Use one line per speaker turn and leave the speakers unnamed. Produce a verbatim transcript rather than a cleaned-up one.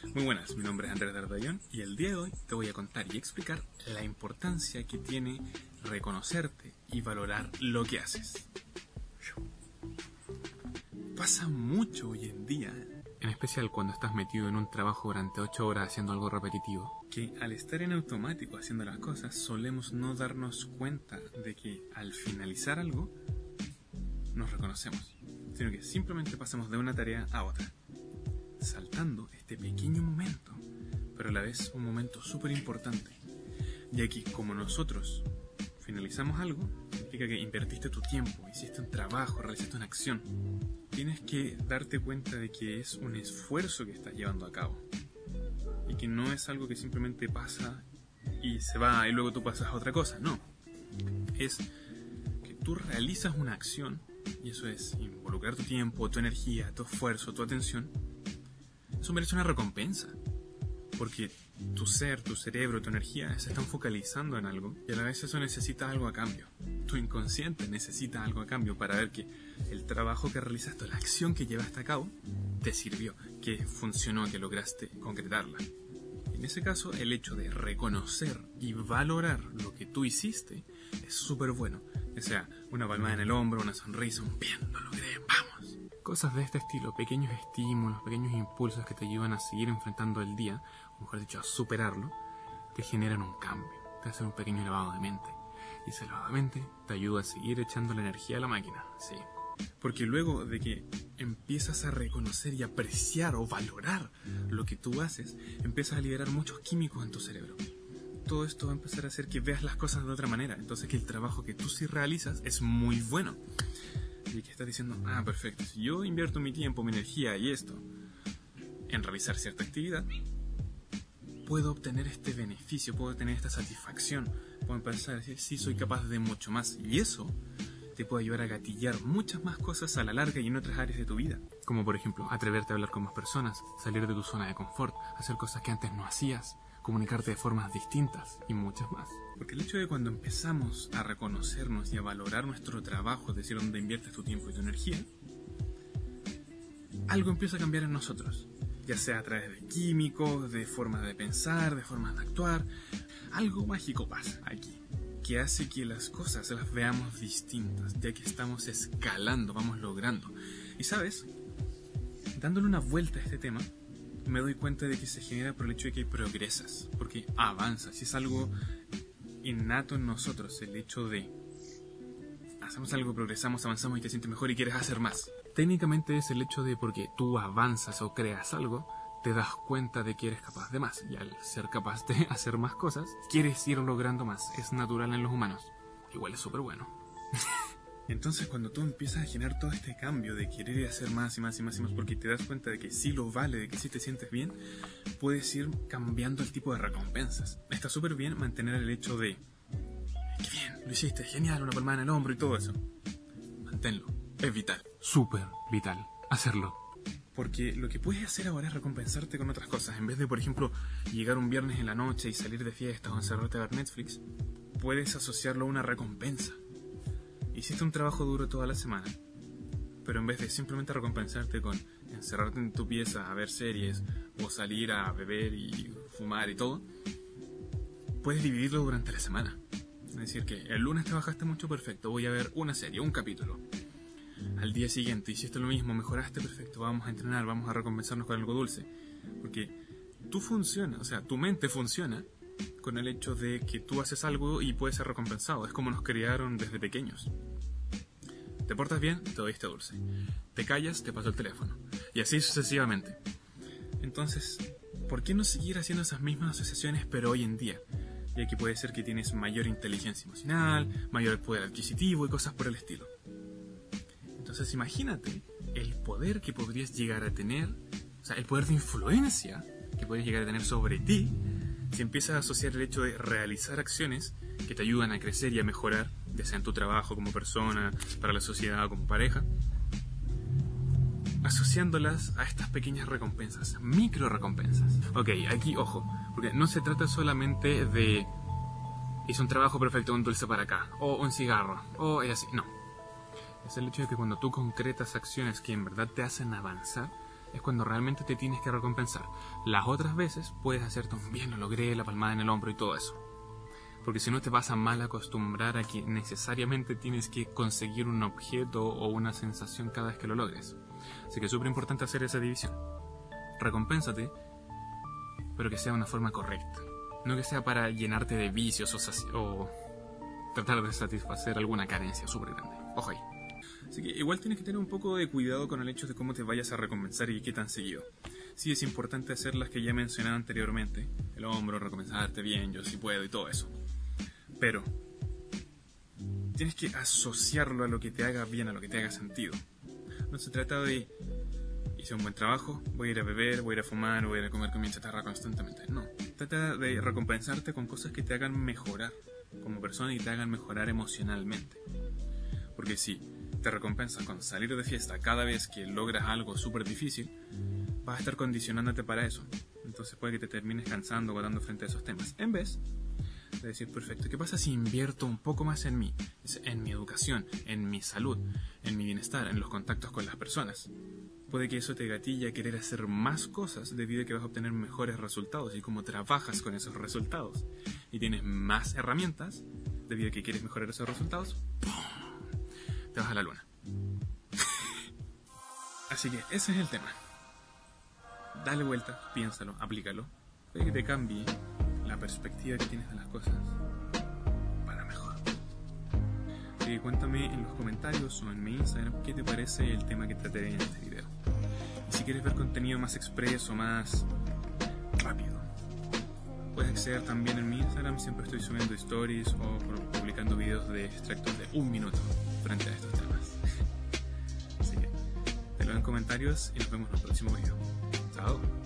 Muy buenas, mi nombre es Andrés Dardayón y el día de hoy te voy a contar y explicar la importancia que tiene reconocerte y valorar lo que haces. Pasa mucho hoy en día, en especial cuando estás metido en un trabajo durante ocho horas haciendo algo repetitivo, que al estar en automático haciendo las cosas solemos no darnos cuenta de que al finalizar algo nos reconocemos, sino que simplemente pasamos de una tarea a otra, saltando este pequeño momento, pero a la vez un momento súper importante, ya que como nosotros finalizamos algo, significa que invertiste tu tiempo, hiciste un trabajo, realizaste una acción. Tienes que darte cuenta de que es un esfuerzo que estás llevando a cabo y que no es algo que simplemente pasa y se va y luego tú pasas a otra cosa, no. Es que tú realizas una acción y eso es involucrar tu tiempo, tu energía, tu esfuerzo, tu atención. Eso merece una recompensa, porque tu ser, tu cerebro, tu energía se están focalizando en algo y a la vez eso necesita algo a cambio. Tu inconsciente necesita algo a cambio para ver que el trabajo que realizaste, la acción que llevaste a cabo, te sirvió, que funcionó, que lograste concretarla. En ese caso, el hecho de reconocer y valorar lo que tú hiciste es súper bueno. O sea, una palmada en el hombro, una sonrisa, un bien, lo logré, vamos. Cosas de este estilo, pequeños estímulos, pequeños impulsos que te ayudan a seguir enfrentando el día, o mejor dicho, a superarlo, te generan un cambio, te hacen un pequeño lavado de mente. Y ese lavado de mente te ayuda a seguir echando la energía a la máquina, sí. Porque luego de que empiezas a reconocer y apreciar o valorar lo que tú haces, empiezas a liberar muchos químicos en tu cerebro. Todo esto va a empezar a hacer que veas las cosas de otra manera. Entonces que el trabajo que tú sí realizas es muy bueno. Y que estás diciendo, ah, perfecto, si yo invierto mi tiempo, mi energía y esto en realizar cierta actividad, puedo obtener este beneficio, puedo tener esta satisfacción, puedo empezar a decir, sí, soy capaz de mucho más. Y eso te puede ayudar a gatillar muchas más cosas a la larga y en otras áreas de tu vida. Como por ejemplo, atreverte a hablar con más personas, salir de tu zona de confort, hacer cosas que antes no hacías, comunicarte de formas distintas y muchas más. Porque el hecho de cuando empezamos a reconocernos y a valorar nuestro trabajo, es decir, donde inviertes tu tiempo y tu energía, algo empieza a cambiar en nosotros, ya sea a través de químicos, de formas de pensar, de formas de actuar. Algo mágico pasa aquí, que hace que las cosas las veamos distintas, ya que estamos escalando, vamos logrando. Y sabes, dándole una vuelta a este tema, me doy cuenta de que se genera por el hecho de que progresas, porque avanzas, y es algo innato en nosotros, el hecho de hacemos algo, progresamos, avanzamos y te sientes mejor y quieres hacer más. Técnicamente es el hecho de porque tú avanzas o creas algo, te das cuenta de que eres capaz de más, y al ser capaz de hacer más cosas, quieres ir logrando más. Es natural en los humanos, igual es súper bueno. Entonces cuando tú empiezas a generar todo este cambio de querer ir a hacer más y más y más y más porque te das cuenta de que sí lo vale, de que sí te sientes bien, puedes ir cambiando el tipo de recompensas. Está súper bien mantener el hecho de ¡qué bien! Lo hiciste, genial, una palmada en el hombro y todo eso. Manténlo, es vital. Súper vital hacerlo. Porque lo que puedes hacer ahora es recompensarte con otras cosas. En vez de, por ejemplo, llegar un viernes en la noche y salir de fiesta o encerrarte a ver Netflix, puedes asociarlo a una recompensa. Hiciste un trabajo duro toda la semana, pero en vez de simplemente recompensarte con encerrarte en tu pieza a ver series o salir a beber y fumar y todo, puedes dividirlo durante la semana. Es decir, que el lunes trabajaste mucho, perfecto, voy a ver una serie, un capítulo. Al día siguiente hiciste lo mismo, mejoraste, perfecto, vamos a entrenar, vamos a recompensarnos con algo dulce. Porque tú funcionas, o sea, tu mente funciona con el hecho de que tú haces algo y puedes ser recompensado. Es como nos criaron desde pequeños. Te portas bien, te doy este dulce. Te callas, te paso el teléfono. Y así sucesivamente. Entonces, ¿por qué no seguir haciendo esas mismas asociaciones pero hoy en día? Ya que puede ser que tienes mayor inteligencia emocional, mayor poder adquisitivo y cosas por el estilo. Entonces imagínate el poder que podrías llegar a tener, o sea, el poder de influencia que podrías llegar a tener sobre ti si empiezas a asociar el hecho de realizar acciones que te ayudan a crecer y a mejorar, ya sea en tu trabajo como persona, para la sociedad o como pareja, asociándolas a estas pequeñas recompensas, micro recompensas. Ok, aquí ojo, porque no se trata solamente de hice un trabajo perfecto, un dulce para acá, o un cigarro, o así, no. Es el hecho de que cuando tú concretas acciones que en verdad te hacen avanzar, es cuando realmente te tienes que recompensar. Las otras veces puedes hacerte un bien, lo logré, la palmada en el hombro y todo eso. Porque si no te vas a mal acostumbrar a que necesariamente tienes que conseguir un objeto o una sensación cada vez que lo logres. Así que es súper importante hacer esa división. Recompénsate, pero que sea de una forma correcta. No que sea para llenarte de vicios o, saci- o tratar de satisfacer alguna carencia súper grande. Ojo ahí. Así que igual tienes que tener un poco de cuidado con el hecho de cómo te vayas a recompensar y qué tan seguido. Sí es importante hacer las que ya mencionaba anteriormente. El hombro, recompensarte bien, yo sí puedo y todo eso. Pero tienes que asociarlo a lo que te haga bien, a lo que te haga sentido. No se trata de hice un buen trabajo, voy a ir a beber, voy a ir a fumar, voy a ir a comer comida chatarra constantemente. No, trata de recompensarte con cosas que te hagan mejorar como persona y te hagan mejorar emocionalmente. Porque si te recompensas con salir de fiesta cada vez que logras algo súper difícil, vas a estar condicionándote para eso. Entonces puede que te termines cansando o dando frente a esos temas. En vez de decir, perfecto, ¿qué pasa si invierto un poco más en mí? En mi educación, en mi salud, en mi bienestar, en los contactos con las personas. Puede que eso te gatille a querer hacer más cosas debido a que vas a obtener mejores resultados. Y como trabajas con esos resultados y tienes más herramientas debido a que quieres mejorar esos resultados, ¡pum!, te vas a la luna. Así que ese es el tema. Dale vuelta, piénsalo, aplícalo. Puede que te cambie la perspectiva que tienes de las cosas para mejor. Así que cuéntame en los comentarios o en mi Instagram qué te parece el tema que trataré en este video. Y si quieres ver contenido más expreso, más rápido, puedes acceder también en mi Instagram. Siempre estoy subiendo stories o publicando videos de extractos de un minuto frente a estos temas. Así que te lo en comentarios y nos vemos en el próximo video. Chao.